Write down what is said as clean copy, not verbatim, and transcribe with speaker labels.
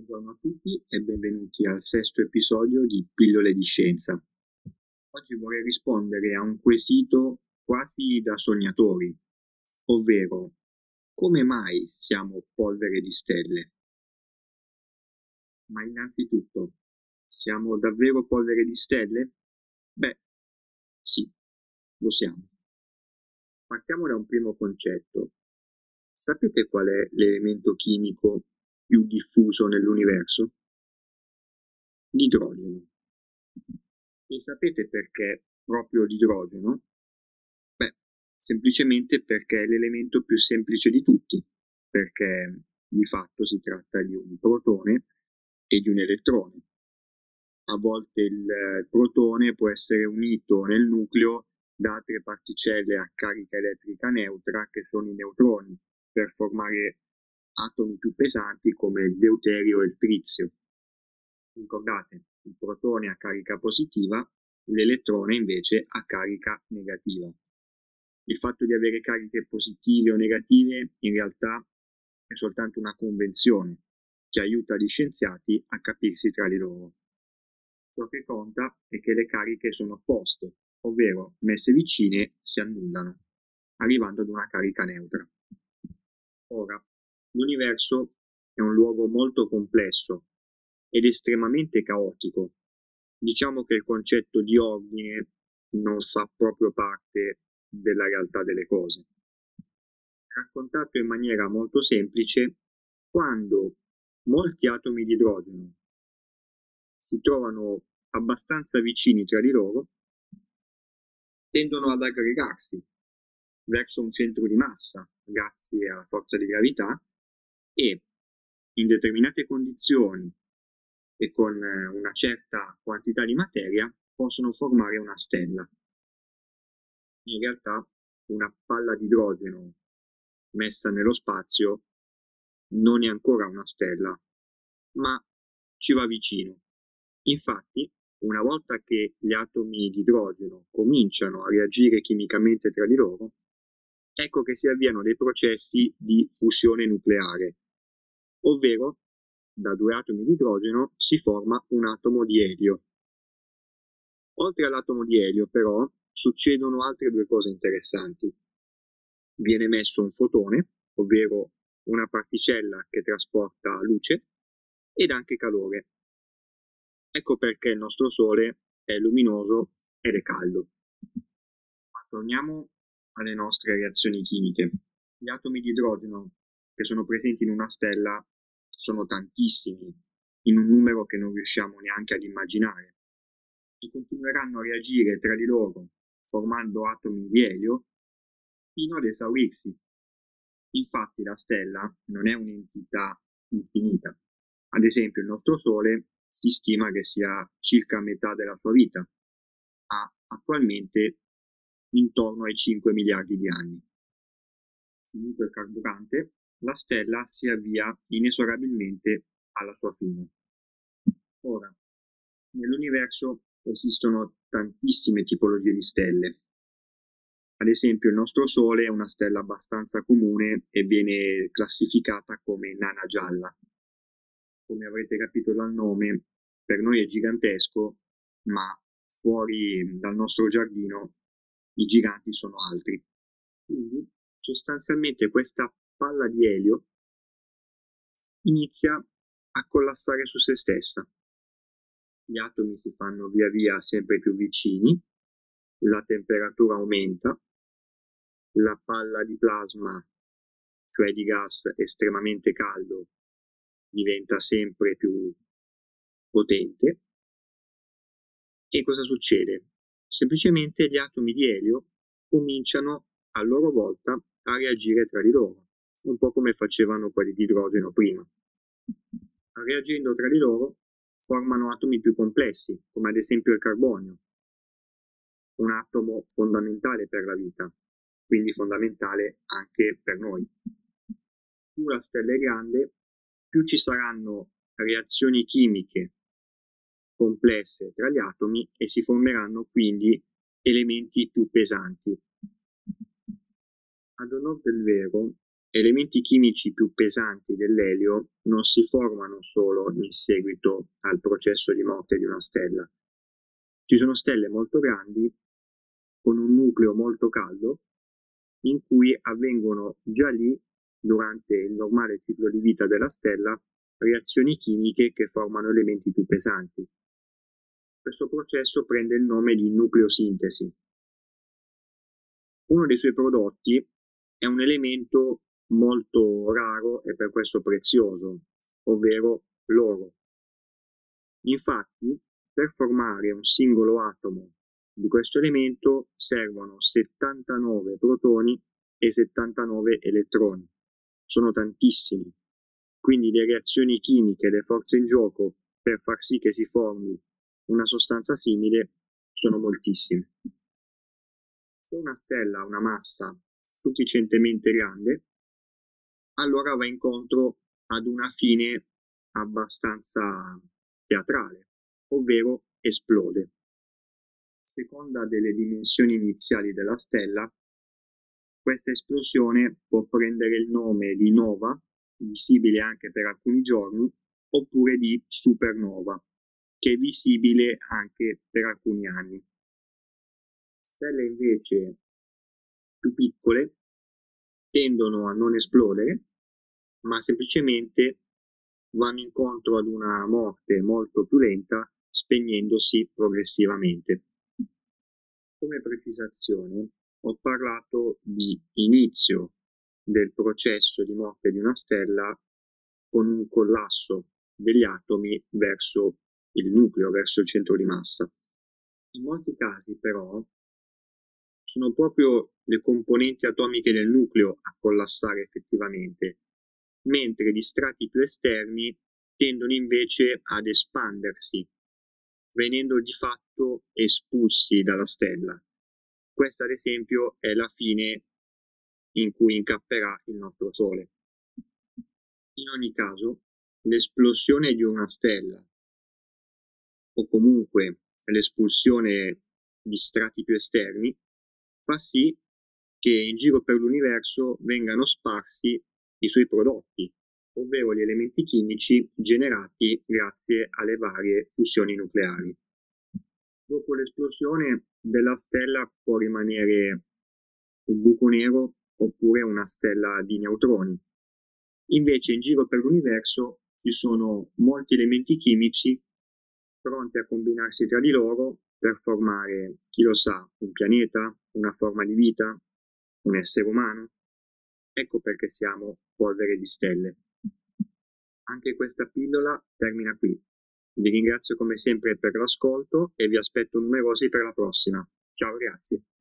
Speaker 1: Buongiorno a tutti e benvenuti al sesto episodio di Pillole di Scienza. Oggi vorrei rispondere a un quesito quasi da sognatori, ovvero: come mai siamo polvere di stelle? Ma innanzitutto, siamo davvero polvere di stelle? Beh, sì, lo siamo. Partiamo da un primo concetto. Sapete qual è l'elemento chimico più diffuso nell'universo? L'idrogeno. E sapete perché proprio l'idrogeno? Beh, semplicemente perché è l'elemento più semplice di tutti, perché di fatto si tratta di un protone e di un elettrone. A volte il protone può essere unito nel nucleo da altre particelle a carica elettrica neutra, che sono i neutroni, per formare atomi più pesanti come il deuterio e il trizio. Ricordate, il protone ha carica positiva, l'elettrone invece ha carica negativa. Il fatto di avere cariche positive o negative in realtà è soltanto una convenzione che aiuta gli scienziati a capirsi tra di loro. Ciò che conta è che le cariche sono opposte, ovvero messe vicine si annullano, arrivando ad una carica neutra. Ora, l'universo è un luogo molto complesso ed estremamente caotico. Diciamo che il concetto di ordine non fa proprio parte della realtà delle cose. Raccontato in maniera molto semplice, quando molti atomi di idrogeno si trovano abbastanza vicini tra di loro, tendono ad aggregarsi verso un centro di massa grazie alla forza di gravità e in determinate condizioni e con una certa quantità di materia possono formare una stella. In realtà una palla di idrogeno messa nello spazio non è ancora una stella, ma ci va vicino. Infatti, una volta che gli atomi di idrogeno cominciano a reagire chimicamente tra di loro, ecco che si avviano dei processi di fusione nucleare, ovvero da due atomi di idrogeno si forma un atomo di elio. Oltre all'atomo di elio, però, succedono altre due cose interessanti. Viene emesso un fotone, ovvero una particella che trasporta luce, ed anche calore. Ecco perché il nostro Sole è luminoso ed è caldo. Ma torniamo alle nostre reazioni chimiche. Gli atomi di idrogeno che sono presenti in una stella sono tantissimi, in un numero che non riusciamo neanche ad immaginare, e continueranno a reagire tra di loro, formando atomi di elio, fino ad esaurirsi. Infatti la stella non è un'entità infinita. Ad esempio il nostro Sole si stima che sia circa a metà della sua vita, ha attualmente intorno ai 5 miliardi di anni. Finito il carburante, la stella si avvia inesorabilmente alla sua fine. Ora, nell'universo esistono tantissime tipologie di stelle. Ad esempio il nostro Sole è una stella abbastanza comune e viene classificata come nana gialla. Come avrete capito dal nome, per noi è gigantesco, ma fuori dal nostro giardino i giganti sono altri. Quindi sostanzialmente questa palla di elio inizia a collassare su se stessa. Gli atomi si fanno via via sempre più vicini, la temperatura aumenta, la palla di plasma, cioè di gas estremamente caldo, diventa sempre più potente. E cosa succede? Semplicemente gli atomi di elio cominciano a loro volta a reagire tra di loro, un po' come facevano quelli di idrogeno prima. Reagendo tra di loro formano atomi più complessi, come ad esempio il carbonio, un atomo fondamentale per la vita, quindi fondamentale anche per noi. Più la stella è grande, più ci saranno reazioni chimiche complesse tra gli atomi e si formeranno quindi elementi più pesanti. Ad onor del vero, elementi chimici più pesanti dell'elio non si formano solo in seguito al processo di morte di una stella. Ci sono stelle molto grandi con un nucleo molto caldo in cui avvengono già lì, durante il normale ciclo di vita della stella, reazioni chimiche che formano elementi più pesanti. Questo processo prende il nome di nucleosintesi. Uno dei suoi prodotti è un elemento molto raro e per questo prezioso, ovvero l'oro. Infatti, per formare un singolo atomo di questo elemento servono 79 protoni e 79 elettroni. Sono tantissimi. Quindi le reazioni chimiche, le forze in gioco per far sì che si formi una sostanza simile sono moltissime. Se una stella ha una massa sufficientemente grande, allora va incontro ad una fine abbastanza teatrale, ovvero esplode. A seconda delle dimensioni iniziali della stella, questa esplosione può prendere il nome di nova, visibile anche per alcuni giorni, oppure di supernova, che è visibile anche per alcuni anni. Stelle invece più piccole tendono a non esplodere, ma semplicemente vanno incontro ad una morte molto più lenta, spegnendosi progressivamente. Come precisazione, ho parlato di inizio del processo di morte di una stella con un collasso degli atomi verso il nucleo, verso il centro di massa. In molti casi, però, sono proprio le componenti atomiche del nucleo a collassare effettivamente, mentre gli strati più esterni tendono invece ad espandersi, venendo di fatto espulsi dalla stella. Questa, ad esempio, è la fine in cui incapperà il nostro Sole. In ogni caso, l'esplosione di una stella, o comunque l'espulsione di strati più esterni, fa sì che in giro per l'universo vengano sparsi i suoi prodotti, ovvero gli elementi chimici generati grazie alle varie fusioni nucleari. Dopo l'esplosione della stella può rimanere un buco nero oppure una stella di neutroni. Invece in giro per l'universo ci sono molti elementi chimici pronti a combinarsi tra di loro per formare, chi lo sa, un pianeta, una forma di vita, un essere umano. Ecco perché siamo polvere di stelle. Anche questa pillola termina qui. Vi ringrazio come sempre per l'ascolto e vi aspetto numerosi per la prossima. Ciao ragazzi!